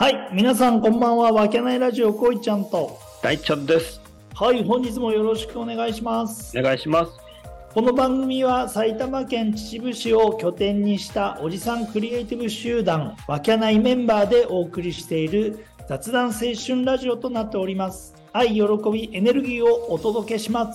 はい、皆さんこんばんは。わけないラジオこいちゃんと大ちゃんです。 はい、本日もよろしくお願いします。 お願いします。 この番組は埼玉県秩父市を拠点にしたおじさんクリエイティブ集団わけないメンバーでお送りしている雑談青春ラジオとなっております。愛、喜び、エネルギーをお届けします。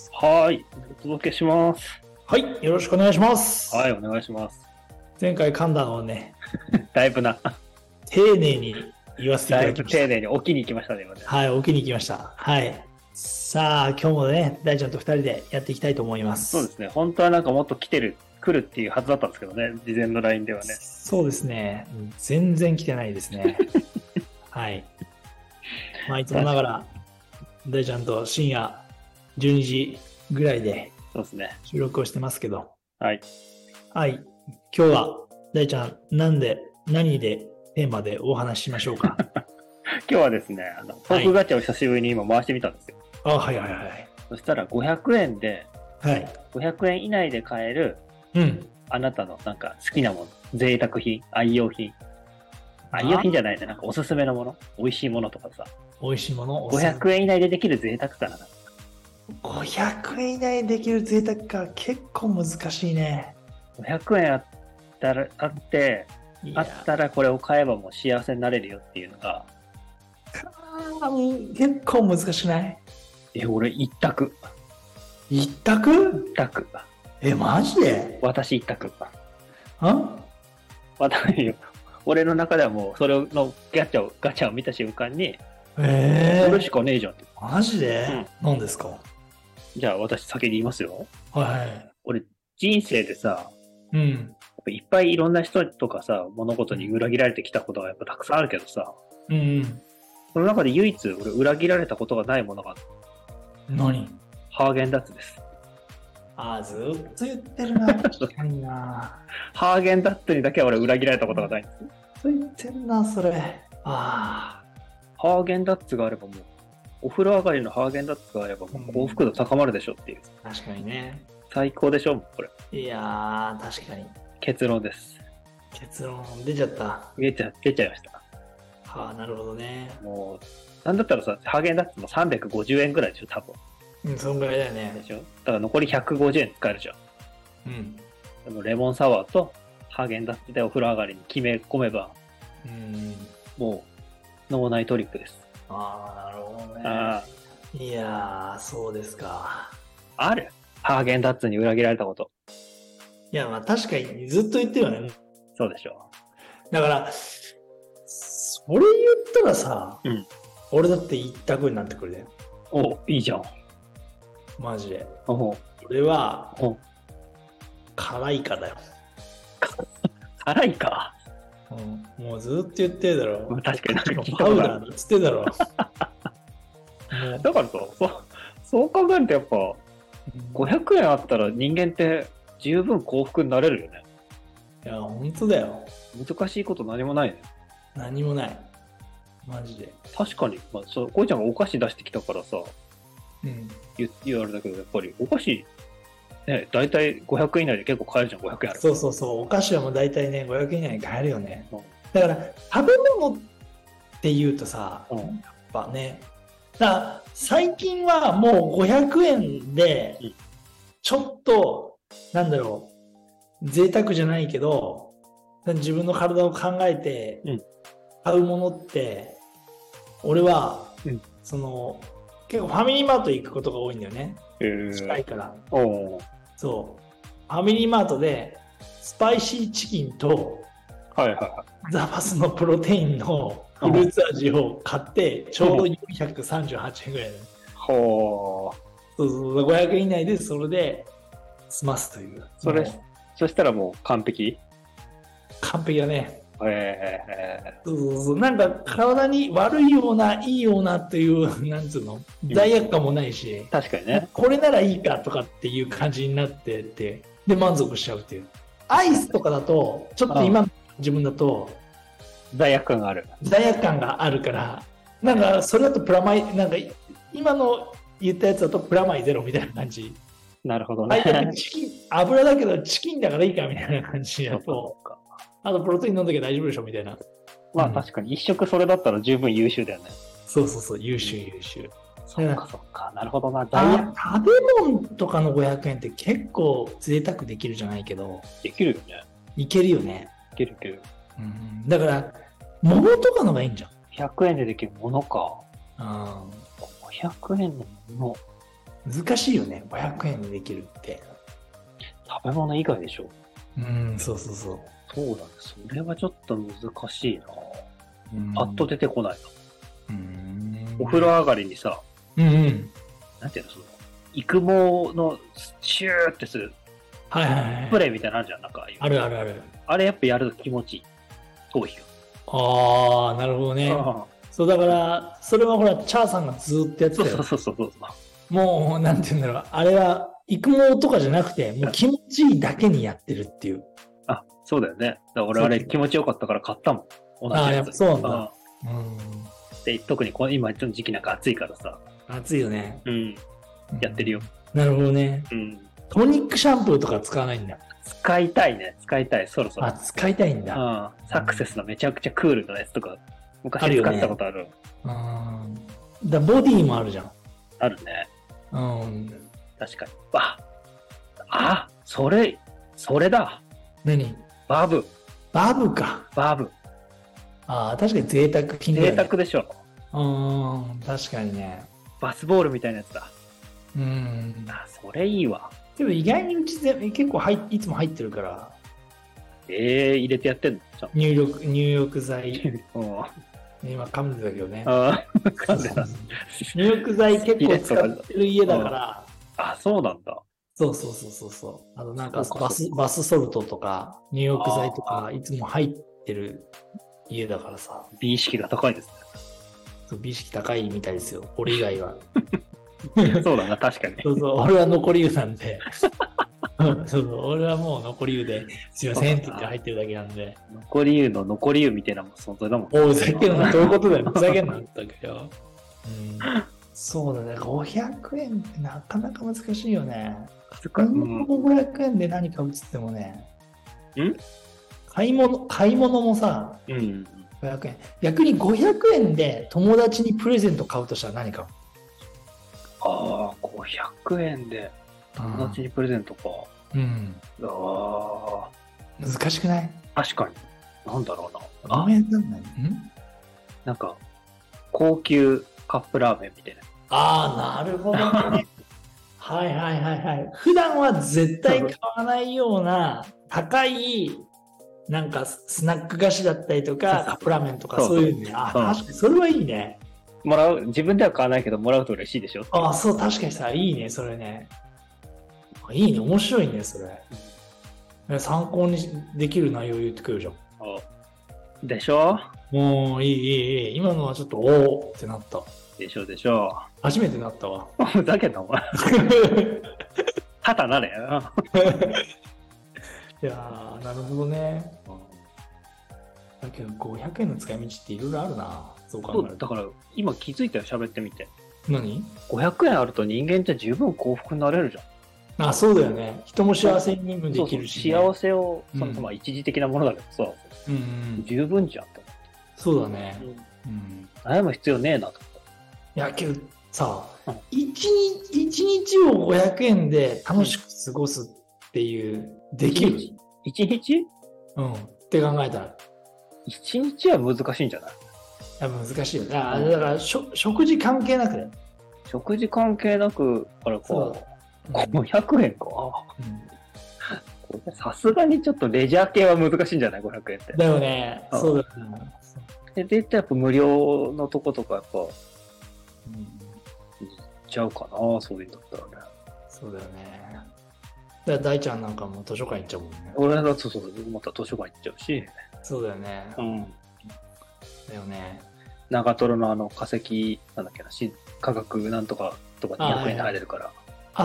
はい、お届けします。 はい、よろしくお願いします。 はい、お願いします。 前回噛んだのをねだいぶな丁寧に言わせていただきました。 だいぶ丁寧に置きに行きましたね、今ね。 はい、置きに行きました。はい。さあ、今日もね、大ちゃんと2人でやっていきたいと思います。 そうですね。本当はなんかもっと来るっていうはずだったんですけどね、事前の LINE ではね。 そうですね。全然来てないですね。はい。まあ、いつもながら、大ちゃんと深夜12時ぐらいでそうですね。 収録をしてますけど。 はい。 はい。今日は、大ちゃん、何でテーマでお話ししましょうか。 今日はですね、トークガチャを久しぶりに今回してみたんですよ。 はいはいはい。 そしたら500円で、 はい。 500円以内で買える、あなたのなんか好きなもの、贅沢品、愛用品じゃないね、なんかおすすめのもの、美味しいものとかさ。 美味しいもの、 500円以内でできる贅沢かな。 500円以内でできる贅沢か、結構難しいね。 500円あったらこれを買えばもう幸せになれるよっていうのが。 結構難しくない？ 俺一択。 一択？マジで？ 私一択。 私俺の中ではもうそれのガチャを見た瞬間に、それしかねえじゃんって。 マジで？何ですか？ じゃあ私先に言いますよ。 はい。 俺人生でさ、いっぱいいろんな人とかさ、物事に裏切られてきたことがやっぱたくさんあるけどさ、その中で唯一俺裏切られたことがないものがある。 何？ ハーゲンダッツです。 ずっと言ってるな。確かにな。 ハーゲンダッツにだけは俺裏切られたことがないんです。 ずっと言ってるな、それ。 ハーゲンダッツがあればもう、お風呂上がりのハーゲンダッツがあればもう幸福度高まるでしょっていう。 確かにね。 最高でしょ、これ。 いやー、確かに。 結論です。 結論出ちゃった。 出ちゃいました。 なるほどね。 もう、なんだったらさ、ハーゲンダッツも350円ぐらいでしょ、多分。 そんぐらいだよね。 でしょ。だから残り150円使えるじゃん。レモンサワーとハーゲンダッツでお風呂上がりに決め込めば、もう脳内トリックです。 なるほどね。いやー、そうですか。 ある？ハーゲンダッツに裏切られたこと。 いや、まあ確かにずっと言ってるよね。 そうでしょ。 だから、それ言ったらさ、俺だって一択になってくるね。 いいじゃん。 マジで。俺は、辛いかだよ。 辛いか？ もうずっと言ってるだろ。 確かになんかパウダーだっつってだろ。 だからさ、そう考えるとやっぱ、500円あったら人間って十分幸福になれるよね。 いや、ほんとだよ。 難しいこと何もないね。 何もない。マジで。 確かに、こいちゃんがお菓子出してきたからさ、言われたけど、やっぱりお菓子、ね、だいたい500円以内で結構買えるじゃん、500円ある。 そう。お菓子はもうだいたいね、500円以内に買えるよね。だから、食べ物って言うとさ、やっぱね、最近はもう500円で、ちょっと、なんだろう、贅沢じゃないけど、自分の体を考えて買うものって、俺は、結構ファミリーマート行くことが多いんだよね。近いから。そう。ファミリーマートで、スパイシーチキンと、ザバスのプロテインのフルーツ味を買って、ちょうど438円ぐらいだね。そう500円以内でそれで済ますという。 そしたらもう完璧だね。なんか体に悪いような、いいようなっていう、なんつうの、罪悪感もないし、 確かにね。 これならいいかとかっていう感じになってて、で、満足しちゃうっていう。アイスとかだと、ちょっと今の自分だと、 罪悪感があるから、なんかそれだとなんか今の言ったやつだとプラマイゼロみたいな感じ。 なるほどね。 油だけどチキンだからいいかみたいな感じだと、あとプロテイン飲んだけど大丈夫でしょみたいな。 まあ確かに一食それだったら十分優秀だよね。 そうそうそう、優秀優秀。 そっかそっか、なるほどな。 食べ物とかの500円って結構贅沢できるじゃないけど。 できるよね。 いけるよね。 いけるいける。 うん、だから、物とかのがいいんじゃん。 100円でできるものか。 うん。 500円のもの。難しいよね、500円でできるって。 食べ物以外でしょ。 うん、そうそうそう。 そうだね。それはちょっと難しいな。パッと出てこないな。お風呂上がりにさ、なんていうの、その、育毛のシューってする、 はいはいはい。 スプレーみたいなのあるじゃん、なんか。 あるあるある。 あれやっぱやると気持ちいい。頭皮が。 ああ、なるほどね。そうだから、それはほら、チャーさんがずっとやってたよ。 そう。 もう、なんていうんだろう。あれは、育毛とかじゃなくて、もう気持ちいいだけにやってるっていう。 あ、そうだよね。だから俺あれ気持ちよかったから買ったもん。同じやつ。 やっぱそうなんだ。 で、特に今の時期なんか暑いからさ。 暑いよね。 やってるよ。 なるほどね。トニックシャンプーとか使わないんだ。 使いたいね。そろそろ。 使いたいんだ。 サクセスのめちゃくちゃクールなやつとか、昔使ったことある。 ボディもあるじゃん。 あるね。確かに。それだ。 何？ バブか。バブ。 確かに贅沢品だよね。 贅沢でしょ。 確かにね。 バスボールみたいなやつだ。それいいわ。 でも意外にうちで結構いつも入ってるから。 入れてやってんの？ 入浴剤。今噛んでたけどね。入浴剤結構使ってる家だから。 そうなんだ。 そう。なんかバスソルトとか入浴剤とかいつも入ってる家だからさ。 美意識が高いですね。 美意識高いみたいですよ。俺以外は。 そうだな、確かに。 俺は残り湯なんで。俺はもう残り湯で、すいませんって言って入ってるだけなんで。 残り湯の残り湯みたいな存在だもん。 ふざけんな、どういうことだよ。ふざけんなったけど。そうだね、500円ってなかなか難しいよね。500円で何か打つってもね。買い物もさ、500円。逆に500円で友達にプレゼント買うとしたら何買う ？500円で友達にプレゼントか。 難しくない？ 確かに。なんだろうな。 何円なんだよ。 なんか、高級カップラーメンみたいな。 なるほどね。はい。普段は絶対買わないような高いなんかスナック菓子だったりとかカップラーメンとかそういうね。確かにそれはいいね。 自分では買わないけどもらうと嬉しいでしょ。 そう、確かにさ、いいね、それね。いいね、面白いね、それ。参考にできる内容言ってくるじゃん。 でしょ？ もういい。今のはちょっとおーってなった。 でしょ。 初めてなったわ。 ふざけんな、お前。肩なれよ。 いやー、なるほどね。だけど500円の使い道っていろいろあるな。そう考えると。 だから今気づいたよ、喋ってみて。 何？ 500 円あると人間って十分幸福になれるじゃん。 そうだよね。人も幸せにもできるし、 ね。幸せを、一時的なものだけどさ、十分じゃんと思って。 そうだね。 悩む必要ねえなと思った。いや、けどさ、一日を500円で楽しく過ごすっていう、できる？ 一日？ って考えたら。 一日は難しいんじゃない？ 難しいよね。だから食事関係なくね。 食事関係なくからか。500円か。さすがにちょっとレジャー系は難しいんじゃない？ 500 円って。 だよね。そうだよね。 で、言ったらやっぱ無料のとことかやっぱ、行っちゃうかな、そういうんだったらね。 そうだよね。だから大ちゃんなんかも図書館行っちゃうもんね。 俺だとまた図書館行っちゃうし。 そうだよね。だよね。 長瀞の化石、なんだっけな、科学なんとかとか200円で入れるから。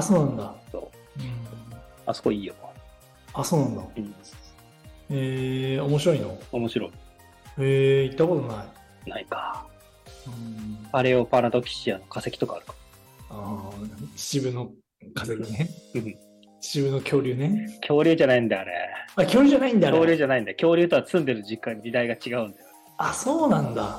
そうなんだ。 あそこいいよ。 そうなんだ。面白いの？ 面白い。 行ったことない。 ないか。パレオパラドキシアの化石とかあるか。 秩父の化石ね。秩父の恐竜ね。 恐竜じゃないんだ、あれ。 恐竜じゃないんだ、 恐竜じゃないんだ。恐竜とは住んでる時代が違うんだよ。 あ、そうなんだ。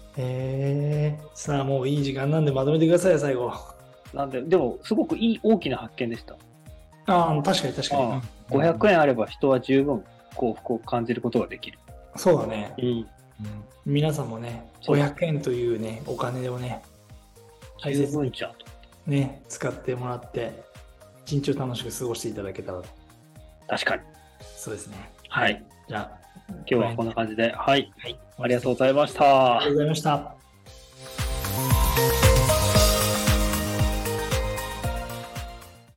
さあ、もういい時間なんでまとめてくださいよ、最後。 なんで、でも、すごくいい大きな発見でした。 ああ、確かに確かに。 500円あれば人は十分幸福を感じることができる。 そうだね。 うん。 皆さんもね、500円というね、お金をね、 大切にね、使ってもらって、一日を楽しく過ごしていただけたらと。 確かに。 そうですね。 はい。 じゃあ、 今日はこんな感じで、はい。ありがとうございました。 ありがとうございました。